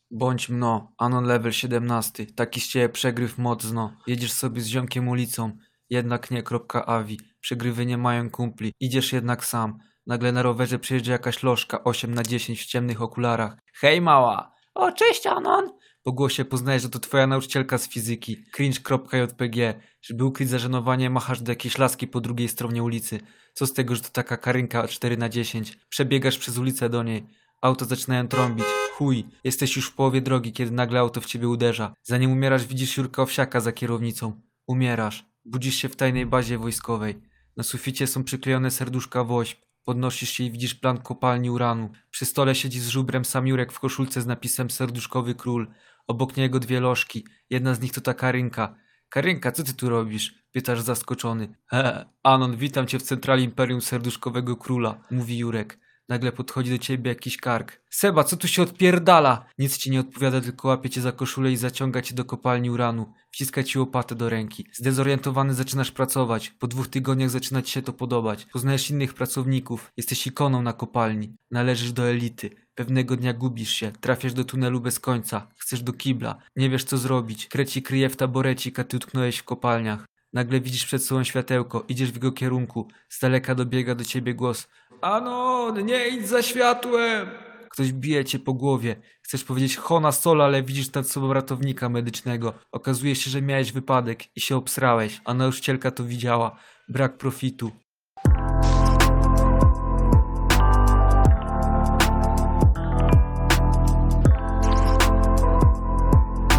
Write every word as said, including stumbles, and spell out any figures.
Bądź mno, Anon level siedemnasty, taki z ciebie przegryw mocno. Jedziesz sobie z ziomkiem ulicą, jednak nie. Avi. Przegrywy nie mają kumpli, idziesz jednak sam. Nagle na rowerze przyjeżdża jakaś lożka, osiem na dziesięć w ciemnych okularach. Hej mała! O, cześć Anon! Po głosie poznajesz, że to twoja nauczycielka z fizyki. Cringe.jpg. Żeby ukryć zażenowanie, machasz do jakiejś laski po drugiej stronie ulicy. Co z tego, że to taka Karynka cztery na dziesięć. Przebiegasz przez ulicę do niej. Auto zaczynają trąbić. Chuj, jesteś już w połowie drogi, kiedy nagle auto w ciebie uderza. Zanim umierasz, widzisz Jurka Owsiaka za kierownicą. Umierasz. Budzisz się w tajnej bazie wojskowej. Na suficie są przyklejone serduszka woźb. Podnosisz się i widzisz plan kopalni uranu. Przy stole siedzi z żubrem sam Jurek w koszulce z napisem Serduszkowy Król. Obok niego dwie lożki. Jedna z nich to ta Karynka. Karynka, co ty tu robisz? Pytasz zaskoczony. He, Anon, witam cię w centrali Imperium Serduszkowego Króla, mówi Jurek. Nagle podchodzi do ciebie jakiś kark. Seba, co tu się odpierdala? Nic ci nie odpowiada, tylko łapie cię za koszulę i zaciąga cię do kopalni uranu. Wciska ci łopatę do ręki. Zdezorientowany zaczynasz pracować. Po dwóch tygodniach zaczyna ci się to podobać. Poznajesz innych pracowników. Jesteś ikoną na kopalni. Należysz do elity. Pewnego dnia gubisz się. Trafiasz do tunelu bez końca. Chcesz do kibla. Nie wiesz co zrobić. Kreci kryje w taborecik, a ty utknąłeś w kopalniach. Nagle widzisz przed sobą światełko. Idziesz w jego kierunku. Z daleka dobiega do ciebie głos. Anon, nie idź za światłem! Ktoś bije cię po głowie. Chcesz powiedzieć Hona Sola, ale widzisz nad sobą ratownika medycznego. Okazuje się, że miałeś wypadek i się obsrałeś, a nauczycielka to widziała. Brak profitu.